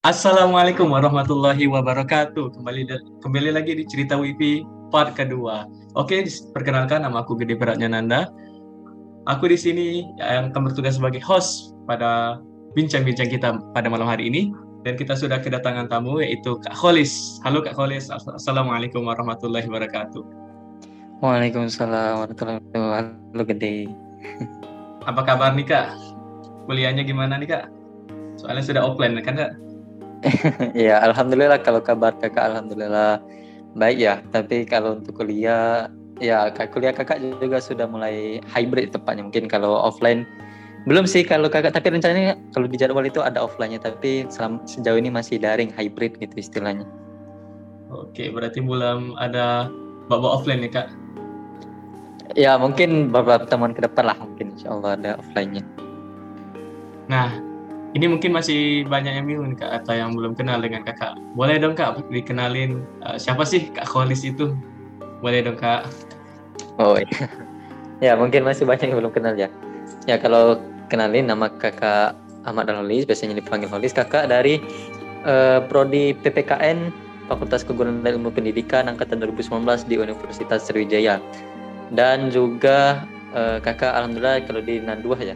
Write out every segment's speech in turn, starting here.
Assalamualaikum warahmatullahi wabarakatuh. Kembali lagi di Cerita Wifi part kedua. Oke, perkenalkan nama aku Gede Beratnya Nanda. Aku di sini yang akan bertugas sebagai host pada bincang-bincang kita pada malam hari ini. Dan kita sudah kedatangan tamu yaitu Kak Kholis. Halo Kak Kholis, Assalamualaikum warahmatullahi wabarakatuh. Waalaikumsalam warahmatullahi wabarakatuh. Halo Gede. Apa kabar nih Kak? Kuliahnya gimana nih Kak? Soalnya sudah offline kan Kak? Ya, alhamdulillah kalau kabar kakak alhamdulillah baik ya. Tapi kalau untuk kuliah, ya kuliah kakak juga sudah mulai hybrid tepatnya. Mungkin kalau offline belum sih kalau kakak. Tapi rencananya kalau di jadwal itu ada offline-nya. Tapi sejauh ini masih daring hybrid gitu istilahnya. Oke, berarti belum ada bawa offline nih Kak? Ya mungkin beberapa pertemuan ke depan lah mungkin insya Allah ada offline-nya. Nah, ini mungkin masih banyak yang bingung Kak atau yang belum kenal dengan Kakak. Boleh dong Kak dikenalin siapa sih Kak Kholis itu? Boleh dong Kak. Oh iya. Ya mungkin masih banyak yang belum kenal ya. Ya kalau kenalin nama kakak Ahmad Al-Holis, biasanya dipanggil Holis. Kakak dari Prodi PPKN Fakultas Keguruan dan Ilmu Pendidikan angkatan 2019 di Universitas Sriwijaya. Dan juga kakak alhamdulillah kalau di Nanduah ya,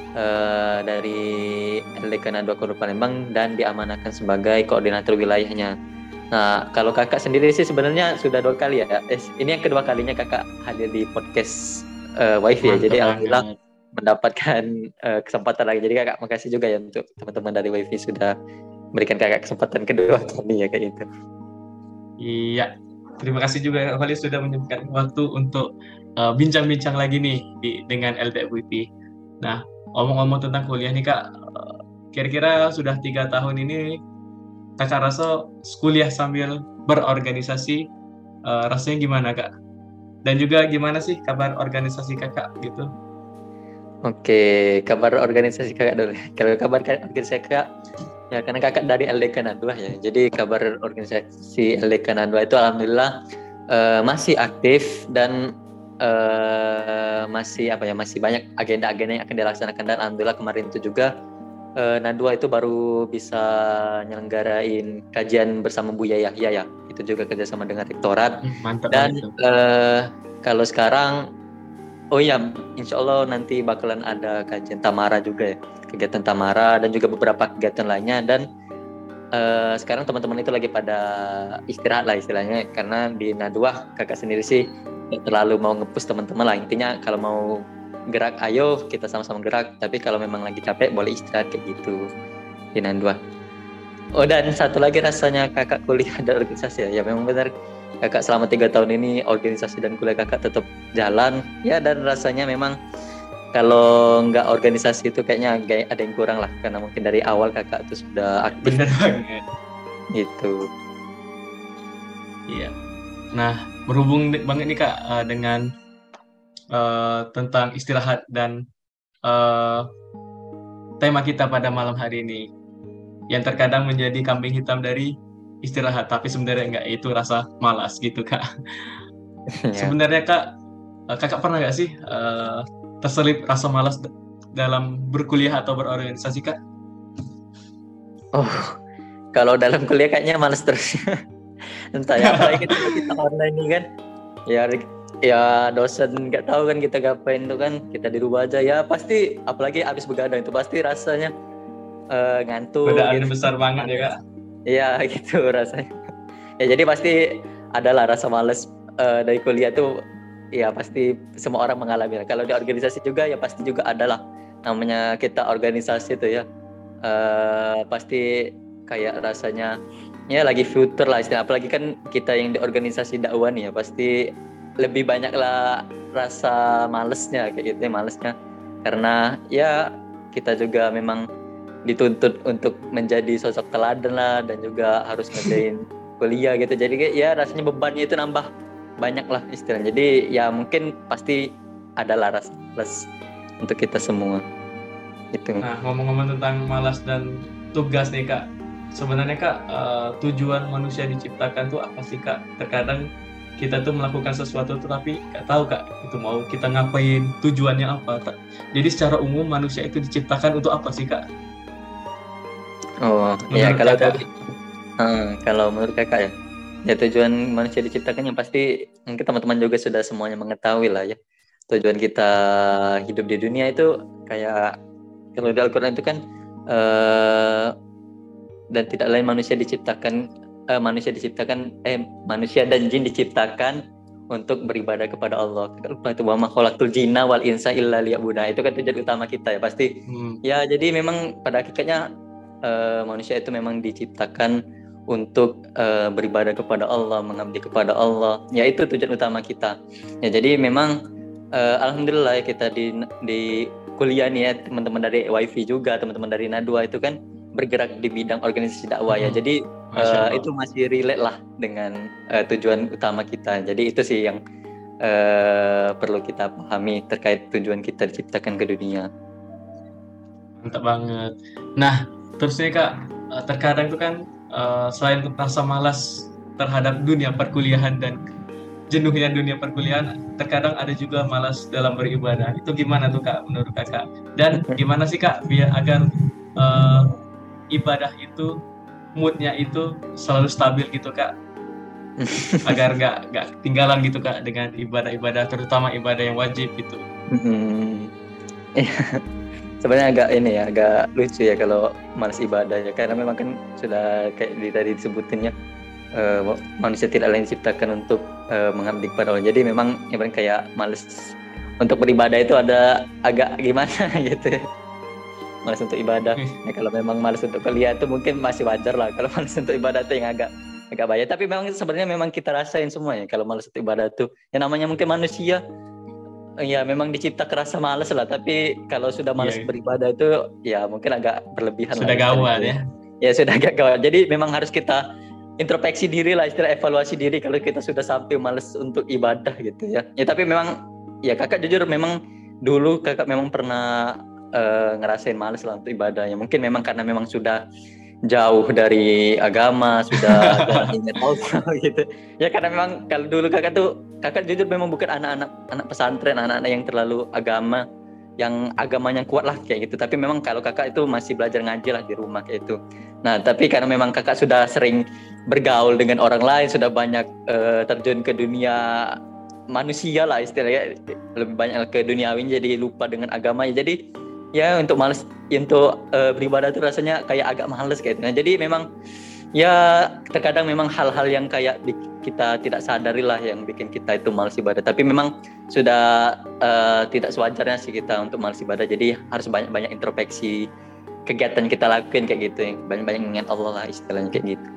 dari LDK Nanduah Kota Palembang dan diamanahkan sebagai koordinator wilayahnya. Nah, kalau kakak sendiri sih sebenarnya sudah 2 kali ya. Ini yang kedua kalinya kakak hadir di podcast Wifi ya. Mantap Jadi alhamdulillah banget. mendapatkan kesempatan lagi. Jadi kakak makasih juga ya untuk teman-teman dari Wifi sudah berikan kakak kesempatan kedua kali ya kayak gitu. Iya. Terima kasih juga Kak Kholis sudah menyempatkan waktu untuk bincang-bincang lagi nih dengan LDWP. Nah, omong-omong tentang kuliah nih Kak, kira-kira sudah 3 tahun ini Kakak rasa kuliah sambil berorganisasi rasanya gimana Kak? Dan juga gimana sih kabar organisasi kakak gitu? Oke, kabar organisasi kakak dulu. Kalau kabar organisasi kakak, ya karena kakak dari LDK Nanduah ya. Jadi kabar organisasi LDK Nanduah itu alhamdulillah masih aktif dan masih masih banyak agenda-agenda yang akan dilaksanakan, dan alhamdulillah kemarin itu juga Nanduah itu baru bisa nyelenggarain kajian bersama Bu Yahya ya. Itu juga kerjasama dengan rektorat. Mantap banget Dan tuh. kalau sekarang, oh iya, insya Allah nanti bakalan ada kajian Tamara juga ya, kegiatan Tamara dan juga beberapa kegiatan lainnya. Dan sekarang teman-teman itu lagi pada istirahat lah istilahnya, karena di Nadwa kakak sendiri sih gak terlalu mau nge-push teman-teman lah. Intinya kalau mau gerak, ayo kita sama-sama gerak. Tapi kalau memang lagi capek, boleh istirahat kayak gitu di Nadwa. Oh, dan satu lagi rasanya kakak kuliah ada organisasi ya. Ya memang benar, kakak selama 3 tahun ini organisasi dan kuliah kakak tetap jalan ya, dan rasanya memang kalau nggak organisasi itu kayaknya ada yang kurang lah, karena mungkin dari awal kakak itu sudah aktif Bener banget. gitu. Iya. Nah, berhubung banget nih Kak dengan tentang istirahat dan eh, tema kita pada malam hari ini yang terkadang menjadi kambing hitam dari istirahat, tapi sebenarnya enggak, itu rasa malas gitu Kak. Ya. Sebenarnya Kak, Kakak pernah nggak sih terselip rasa malas dalam berkuliah atau berorganisasi Kak? Oh, kalau dalam kuliah kayaknya males terus. Entah ya, apalagi kalau kita online ini kan, ya ya dosen nggak tahu kan kita ngapain tuh kan, kita di rumah aja ya pasti, apalagi abis begadang itu pasti rasanya ngantuk Godaannya gitu. besar banget ya Kak. Males. Iya gitu rasanya. Ya jadi pasti adalah rasa males dari kuliah tuh, ya pasti semua orang mengalami. Kalau di organisasi juga ya pasti juga adalah, namanya kita organisasi tuh ya, pasti kayak rasanya ya lagi futur lah istilah. Apalagi kan kita yang di organisasi dakwah nih ya, pasti lebih banyak lah rasa malesnya kayak gitu ya, malesnya karena ya kita juga memang dituntut untuk menjadi sosok teladan lah, dan juga harus ngerjain kuliah gitu. Jadi kayak ya rasanya bebannya itu nambah banyak lah istilahnya. Jadi ya mungkin pasti adalah rasa males untuk kita semua gitu. Nah, ngomong-ngomong tentang malas dan tugas nih Kak, sebenarnya Kak, tujuan manusia diciptakan tuh apa sih Kak? Terkadang kita tuh melakukan sesuatu tapi nggak tahu Kak, itu mau kita ngapain, tujuannya apa. Jadi secara umum manusia itu diciptakan untuk apa sih Kak? Oh, ya menurut kalau kakak? dari kalau menurut kakak ya, ya tujuan manusia diciptakan yang pasti mungkin teman-teman juga sudah semuanya mengetahui lah ya. Tujuan kita hidup di dunia itu kayak kalau di Al-Quran itu kan eh, dan tidak lain manusia dan jin diciptakan untuk beribadah kepada Allah. Itu wa ma khalaqtul jinna wal insa illa liya'budun. Itu kan tujuan utama kita ya pasti. Ya jadi memang pada hakikatnya manusia itu memang diciptakan untuk beribadah kepada Allah, mengabdi kepada Allah. Ya itu tujuan utama kita. Ya jadi memang alhamdulillah ya kita di kuliah nih ya, teman-teman dari WiFi juga, teman-teman dari Nadua itu kan bergerak di bidang organisasi dakwah ya. Jadi itu masih relate lah dengan tujuan utama kita. Jadi itu sih yang perlu kita pahami terkait tujuan kita diciptakan ke dunia. Mantap banget. Nah, terus nih Kak, terkadang itu kan selain rasa malas terhadap dunia perkuliahan dan jenuhnya dunia perkuliahan, terkadang ada juga malas dalam beribadah. Itu gimana tuh Kak menurut Kakak? Dan gimana sih Kak biar agar ibadah itu moodnya itu selalu stabil gitu Kak, agar nggak ketinggalan gitu Kak dengan ibadah-ibadah, terutama ibadah yang wajib gitu. Sebenarnya agak lucu ya kalau malas ibadah ya, karena memang kan sudah kayak tadi disebutin ya, manusia tidak lain diciptakan untuk mengabdi kepada Allah. Jadi memang ibarat kayak malas untuk beribadah itu ada agak gimana gitu ya. Malas untuk ibadah. Ya, kalau memang malas untuk kuliah itu mungkin masih wajar lah. Kalau malas untuk ibadah itu yang agak bahaya. Tapi memang sebenarnya memang kita rasain semua ya kalau malas untuk ibadah itu. Ya namanya mungkin manusia ya memang dicipta kerasa malas lah. Tapi kalau sudah malas beribadah itu ya mungkin agak berlebihan sudah lah. Sudah gawat ya. Ya sudah agak gawat. Jadi memang harus kita introspeksi diri lah, istilah evaluasi diri kalau kita sudah sampai malas untuk ibadah gitu ya. Ya tapi memang ya kakak jujur memang dulu kakak memang pernah ngerasain malas lah untuk ibadah ya. Mungkin memang karena memang sudah jauh dari agama, sudah ingat Allah gitu. Ya karena memang kalau dulu kakak jujur memang bukan anak pesantren, anak-anak yang terlalu agama, yang agamanya kuat lah kayak gitu. Tapi memang kalau kakak itu masih belajar ngaji lah di rumah kayak itu. Nah tapi karena memang kakak sudah sering bergaul dengan orang lain, sudah banyak terjun ke dunia manusia lah istilahnya, lebih banyak ke duniawi, jadi lupa dengan agama. Jadi ya untuk malas untuk beribadah itu rasanya kayak agak males kayak itu. Nah, jadi memang ya terkadang memang hal-hal yang kayak kita tidak sadari lah yang bikin kita itu malas ibadah. Tapi memang sudah tidak sewajarnya sih kita untuk malas ibadah. Jadi harus banyak-banyak introspeksi kegiatan kita lakuin kayak gitu, banyak-banyak mengingat Allah lah istilahnya kayak gitu.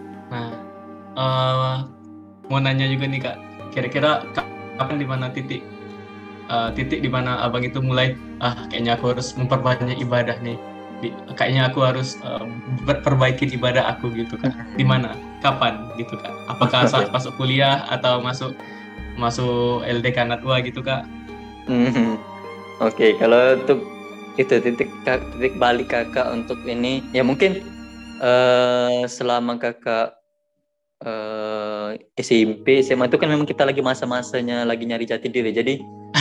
Nah, mau nanya juga nih Kak, kira-kira kapan di mana titik di mana abang itu mulai kayaknya aku harus memperbanyak ibadah nih, kayaknya aku harus perbaikin ibadah aku gitu Kak. Di mana, kapan gitu Kak? Apakah saat masuk kuliah atau masuk LDK Nadua gitu Kak? Oke, kalau untuk itu titik balik kakak untuk ini ya mungkin selama kakak SMP, SMA itu kan memang kita lagi masa-masanya lagi nyari jati diri. Jadi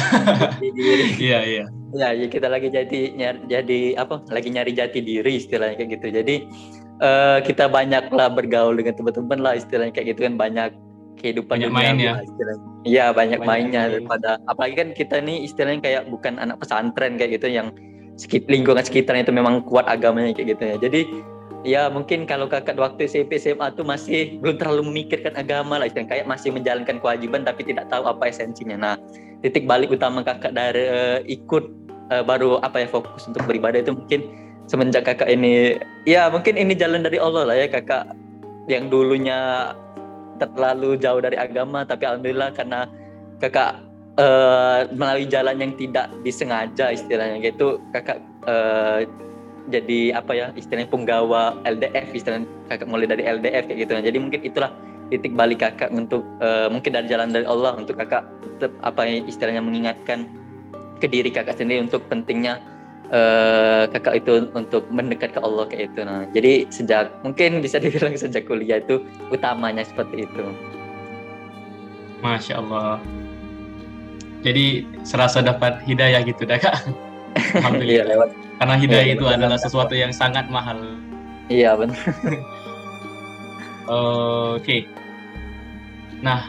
iya. Ya kita lagi lagi nyari jati diri istilahnya kayak gitu. Jadi kita banyaklah bergaul dengan teman-teman lah istilahnya kayak gitu kan, banyak kehidupan banyak main ya. Iya banyak mainnya daripada apalagi kan kita nih istilahnya kayak bukan anak pesantren kayak gitu yang lingkungan sekitarnya itu memang kuat agamanya kayak gitu ya. Jadi ya mungkin kalau kakak waktu SMP SMA tuh masih belum terlalu memikirkan agama lah, kayak masih menjalankan kewajiban tapi tidak tahu apa esensinya. Nah titik balik utama kakak dari ikut baru fokus untuk beribadah itu mungkin semenjak kakak ini ya mungkin ini jalan dari Allah lah ya, kakak yang dulunya terlalu jauh dari agama tapi alhamdulillah karena kakak melalui jalan yang tidak disengaja istilahnya gitu, kakak jadi istilahnya penggawa LDF, istilahnya kakak mulai dari LDF kayak gitu. Nah, jadi mungkin itulah titik balik kakak untuk mungkin dari jalan dari Allah untuk kakak tetap istilahnya mengingatkan ke diri kakak sendiri untuk pentingnya kakak itu untuk mendekat ke Allah kayak itu. Nah, jadi mungkin bisa dibilang sejak kuliah itu utamanya seperti itu. Masya Allah. Jadi serasa dapat hidayah gitu dah Kak. Alhamdulillah. Karena hidayah itu adalah sesuatu yang sangat mahal. Iya benar. Oke. Nah,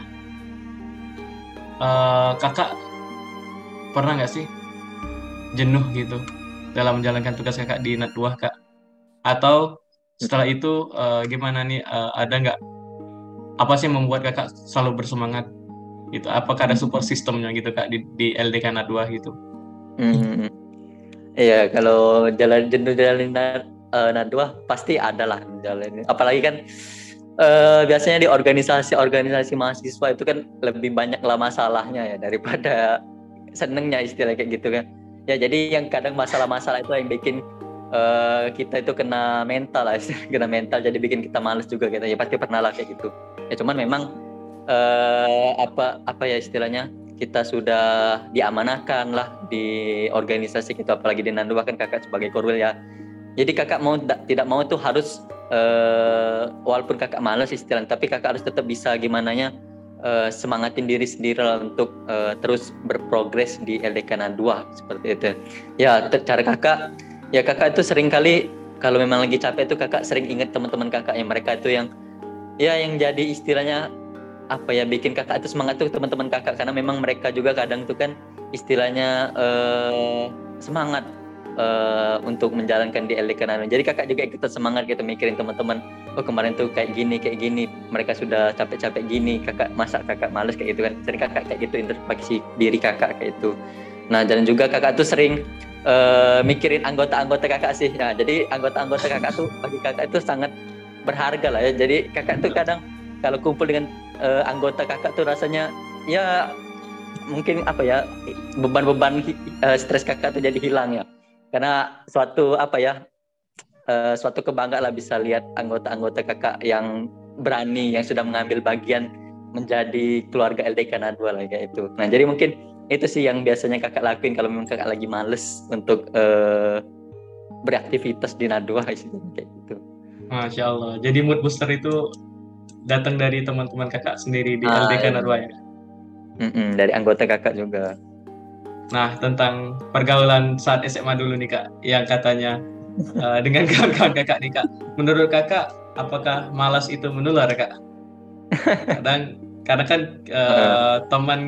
kakak pernah nggak sih jenuh gitu dalam menjalankan tugas kakak di Natwa kak? Atau setelah itu gimana nih? Ada nggak apa sih yang membuat kakak selalu bersemangat? Gitu. Apakah ada support sistemnya gitu kak di LDK Natwa gitu? Hmm. Iya, kalau jalan jenuh jalan nadwa pasti ada lah jalan. Apalagi kan biasanya di organisasi-organisasi mahasiswa itu kan lebih banyak lah masalahnya ya daripada senengnya istilah kayak gitu kan. Ya jadi yang kadang masalah-masalah itu yang bikin kita itu kena mental lah, kena mental jadi bikin kita males juga gitu. Ya pasti pernah lah kayak gitu. Ya cuman memang apa ya istilahnya, kita sudah diamanahkan lah di organisasi kita, apalagi di Nandua kan kakak sebagai korwil ya. Jadi kakak mau tidak mau tuh harus walaupun kakak malas istilahnya, tapi kakak harus tetap bisa gimana nya semangatin diri sendiri lah untuk terus berprogres di LDK Nandua seperti itu. Ya cara kakak, ya kakak itu sering kali kalau memang lagi capek tuh kakak sering ingat teman-teman kakak yang mereka itu yang jadi istilahnya apa ya, bikin kakak itu semangat tuh teman-teman kakak, karena memang mereka juga kadang tuh kan istilahnya semangat untuk menjalankan di LDK Nano. Jadi kakak juga ikutan semangat gitu mikirin teman-teman, oh kemarin tuh kayak gini mereka sudah capek-capek gini, kakak masa kakak males kayak gitu kan. Sering kakak kayak gitu introspeksi diri kakak kayak itu. Nah dan juga kakak tuh sering mikirin anggota-anggota kakak sih. Nah jadi anggota-anggota kakak tuh bagi kakak itu sangat berharga lah ya. Jadi kakak tuh kadang kalau kumpul dengan anggota kakak tuh rasanya ya mungkin apa ya, beban-beban stres kakak tuh jadi hilang ya, karena suatu apa ya, suatu kebanggaan lah bisa lihat anggota-anggota kakak yang berani, yang sudah mengambil bagian menjadi keluarga LDK Nadwa lah kayak itu. Nah jadi mungkin itu sih yang biasanya kakak lakuin kalau memang kakak lagi males untuk beraktivitas di Nadwa kayak gitu. Masya Allah. Jadi mood booster itu datang dari teman-teman kakak sendiri di LDK Nadwa ya? Dari anggota kakak juga. Nah, tentang pergaulan saat SMA dulu nih kak, yang katanya dengan kawan-kawan kakak nih kak, menurut kakak apakah malas itu menular kak? Kadang kan teman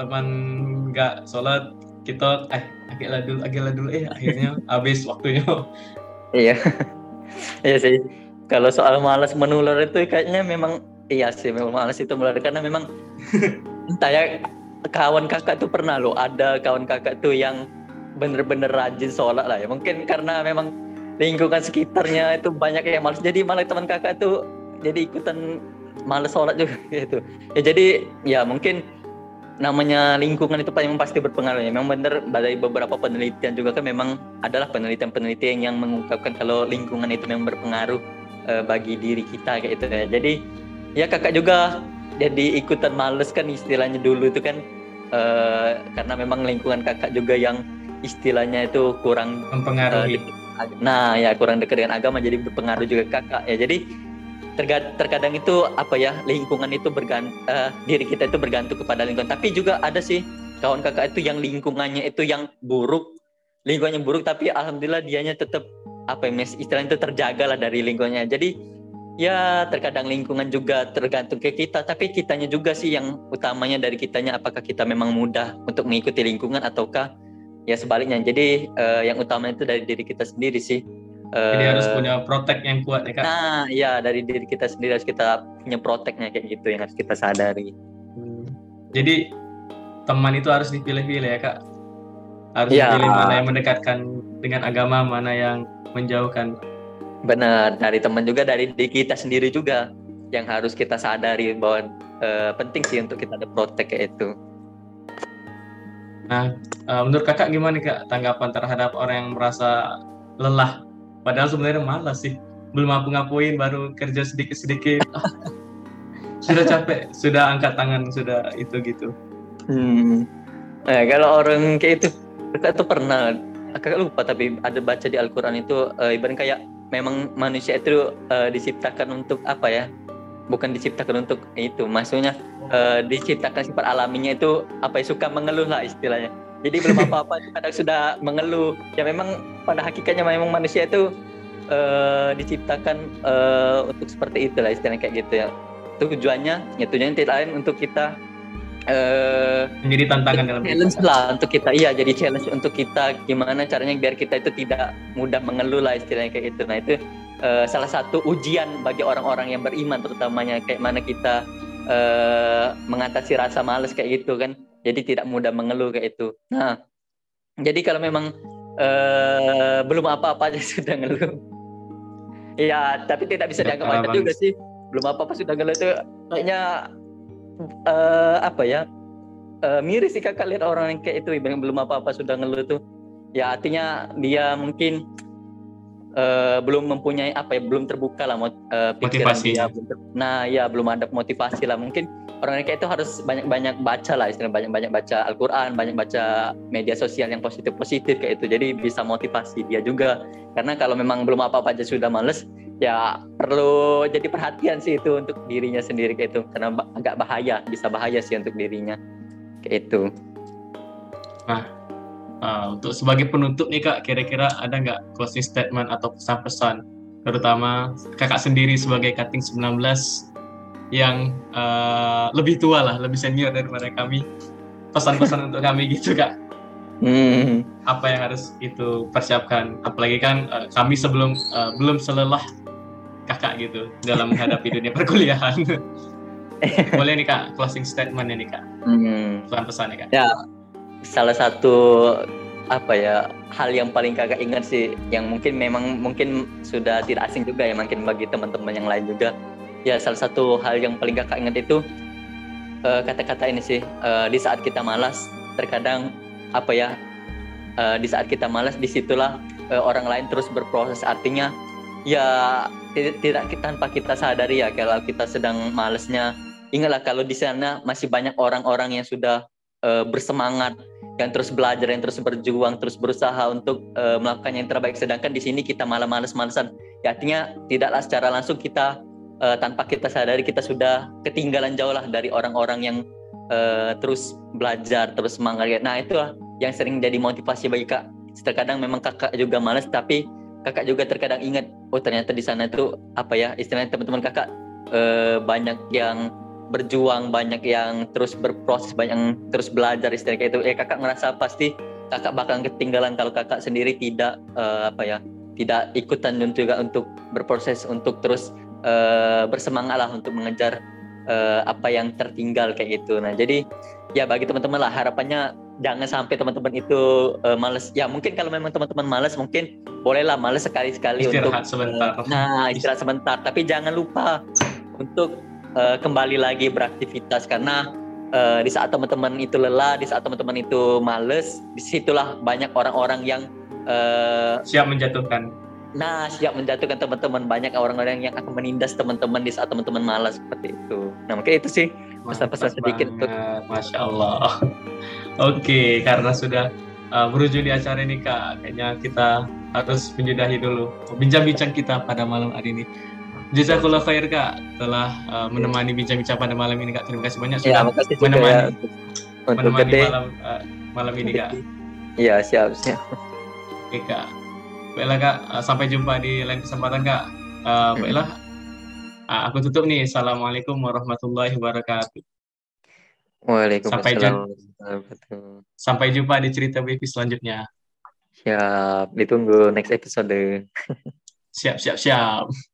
nggak sholat, kita agak dulu akhirnya habis waktunya. Iya. Iya sih. Kalau soal malas menular itu kayaknya memang iya sih, memang malas itu menular karena memang entah ya, kawan kakak tuh pernah loh, ada kawan kakak tuh yang bener-bener rajin sholat lah ya. Mungkin karena memang lingkungan sekitarnya itu banyak yang malas, jadi malah teman kakak tuh jadi ikutan malas sholat juga gitu. Ya jadi ya mungkin namanya lingkungan itu memang pasti berpengaruh ya. Memang benar, dari beberapa penelitian juga kan memang adalah penelitian yang mengungkapkan kalau lingkungan itu memang berpengaruh bagi diri kita kayak gitu ya. Jadi ya kakak juga jadi ikutan males kan istilahnya dulu itu kan karena memang lingkungan kakak juga yang istilahnya itu kurang Mempengaruhi. Nah ya kurang dekat dengan agama, jadi berpengaruh juga kakak ya. Jadi terkadang itu apa ya, lingkungan itu diri kita itu bergantung kepada lingkungan. Tapi juga ada sih kawan kakak itu yang lingkungannya itu yang buruk, lingkungannya buruk tapi alhamdulillah dianya tetap apa ya, istilahnya itu terjaga lah dari lingkungannya. Jadi ya terkadang lingkungan juga tergantung ke kita, tapi kitanya juga sih yang utamanya dari kitanya, apakah kita memang mudah untuk mengikuti lingkungan ataukah ya sebaliknya. Jadi yang utamanya itu dari diri kita sendiri sih. Jadi harus punya protek yang kuat ya kak. Nah ya dari diri kita sendiri harus kita punya proteknya kayak gitu, yang harus kita sadari. Jadi teman itu harus dipilih-pilih ya kak. Harus dipilih mana yang mendekatkan dengan agama, mana yang menjauhkan. Benar, dari teman juga, dari diri kita sendiri juga yang harus kita sadari bahwa penting sih untuk kita ada protek kayak itu. Nah, menurut kakak gimana kak tanggapan terhadap orang yang merasa lelah, padahal sebenarnya malas sih, belum ngapain baru kerja sedikit-sedikit, sudah capek, sudah angkat tangan, sudah itu gitu. Kalau orang kayak itu, kakak tuh pernah, kakak lupa tapi ada baca di Al-Quran itu ibaratnya kayak memang manusia itu diciptakan untuk apa ya? Bukan diciptakan untuk itu, maksudnya diciptakan sifat alaminya itu apa ya, suka mengeluh lah istilahnya. Jadi belum apa-apa kadang sudah mengeluh. Ya memang pada hakikatnya memang manusia itu diciptakan untuk seperti itulah istilahnya kayak gitu ya. Tujuannya tidak lain untuk kita menjadi tantangan dalam challenge lah untuk kita, iya jadi challenge untuk kita gimana caranya biar kita itu tidak mudah mengeluh lah istilahnya kayak gitu. Nah itu salah satu ujian bagi orang-orang yang beriman terutamanya, kayak mana kita mengatasi rasa malas kayak gitu kan, jadi tidak mudah mengeluh kayak itu. Nah jadi kalau memang belum apa-apa aja sudah ngeluh, ya tapi tidak bisa dianggap wajar juga sih. Belum apa-apa sudah ngeluh itu kayaknya apa ya, miris sih kakak lihat orang yang kayak itu yang belum apa-apa sudah ngeluh tuh. Ya artinya dia mungkin belum mempunyai apa ya, belum terbuka lah pikiran dia. Nah ya belum ada motivasi lah. Mungkin orang yang kayak itu harus banyak-banyak baca lah, istilahnya banyak-banyak baca Al-Quran, banyak baca media sosial yang positif-positif kayak itu. Jadi bisa motivasi dia juga. Karena kalau memang belum apa-apa aja sudah males, ya perlu jadi perhatian sih itu untuk dirinya sendiri kayak itu. Karena agak bahaya, bisa bahaya sih untuk dirinya kayak itu. Nah, untuk sebagai penutup nih Kak, kira-kira ada nggak closing statement atau pesan-pesan, terutama Kakak sendiri sebagai Cutting 19 yang lebih tua lah, lebih senior daripada kami, pesan-pesan untuk kami gitu Kak? Apa yang harus itu persiapkan? Apalagi kan kami belum selelah Kakak gitu dalam menghadapi dunia perkuliahan. Boleh nih Kak, closing statement ini Kak. Pesan-pesan nih Kak. Ya, salah satu apa ya hal yang paling kakak ingat sih, yang mungkin sudah tidak asing juga ya, mungkin bagi teman-teman yang lain juga. Ya salah satu hal yang paling kakak ingat itu kata-kata ini sih, di saat kita malas terkadang apa ya, di saat kita malas disitulah orang lain terus berproses. Artinya ya tidak tanpa kita sadari ya, kalau kita sedang malasnya, ingatlah kalau di sana masih banyak orang-orang yang sudah bersemangat, yang terus belajar, yang terus berjuang, terus berusaha untuk melakukan yang terbaik. Sedangkan di sini kita malah malas-malesan. Ya, artinya tidaklah secara langsung kita tanpa kita sadari kita sudah ketinggalan jauh lah dari orang-orang yang terus belajar, terus semangat. Nah itulah yang sering jadi motivasi bagi Kak. Terkadang memang kakak juga malas, tapi kakak juga terkadang ingat, oh ternyata di sana itu apa ya, istilahnya teman-teman kakak banyak yang berjuang, banyak yang terus berproses, banyak yang terus belajar istilahnya kayak itu. Kakak ngerasa pasti kakak bakal ketinggalan kalau kakak sendiri tidak tidak ikutan juga untuk berproses, untuk terus bersemangat lah untuk mengejar apa yang tertinggal kayak gitu. Nah jadi ya bagi teman-teman lah, harapannya jangan sampai teman-teman itu malas. Ya mungkin kalau memang teman-teman malas, mungkin bolehlah malas sekali-sekali istirahat untuk sebentar. Istirahat sebentar, tapi jangan lupa untuk kembali lagi beraktivitas. Karena di saat teman-teman itu lelah, di saat teman-teman itu males, disitulah banyak orang-orang yang siap menjatuhkan. Nah, siap menjatuhkan teman-teman. Banyak orang-orang yang akan menindas teman-teman di saat teman-teman malas seperti itu. Nah, mungkin itu sih pesan-pesan sedikit untuk. Masya Allah. Oke, karena sudah berujung di acara ini Kak, kayaknya kita harus menyudahi dulu bincang-bincang kita pada malam hari ini. Jazakallah khair Kak telah menemani bincang-bincang pada malam ini Kak. Terima kasih banyak sudah menemani malam ini Kak. Iya, siap. Oke Kak. Baiklah Kak, sampai jumpa di lain kesempatan Kak. Baiklah, aku tutup nih. Assalamualaikum warahmatullahi wabarakatuh. Waalaikumsalam. Sampai jumpa di cerita WP selanjutnya. Siap, ditunggu next episode. Siap.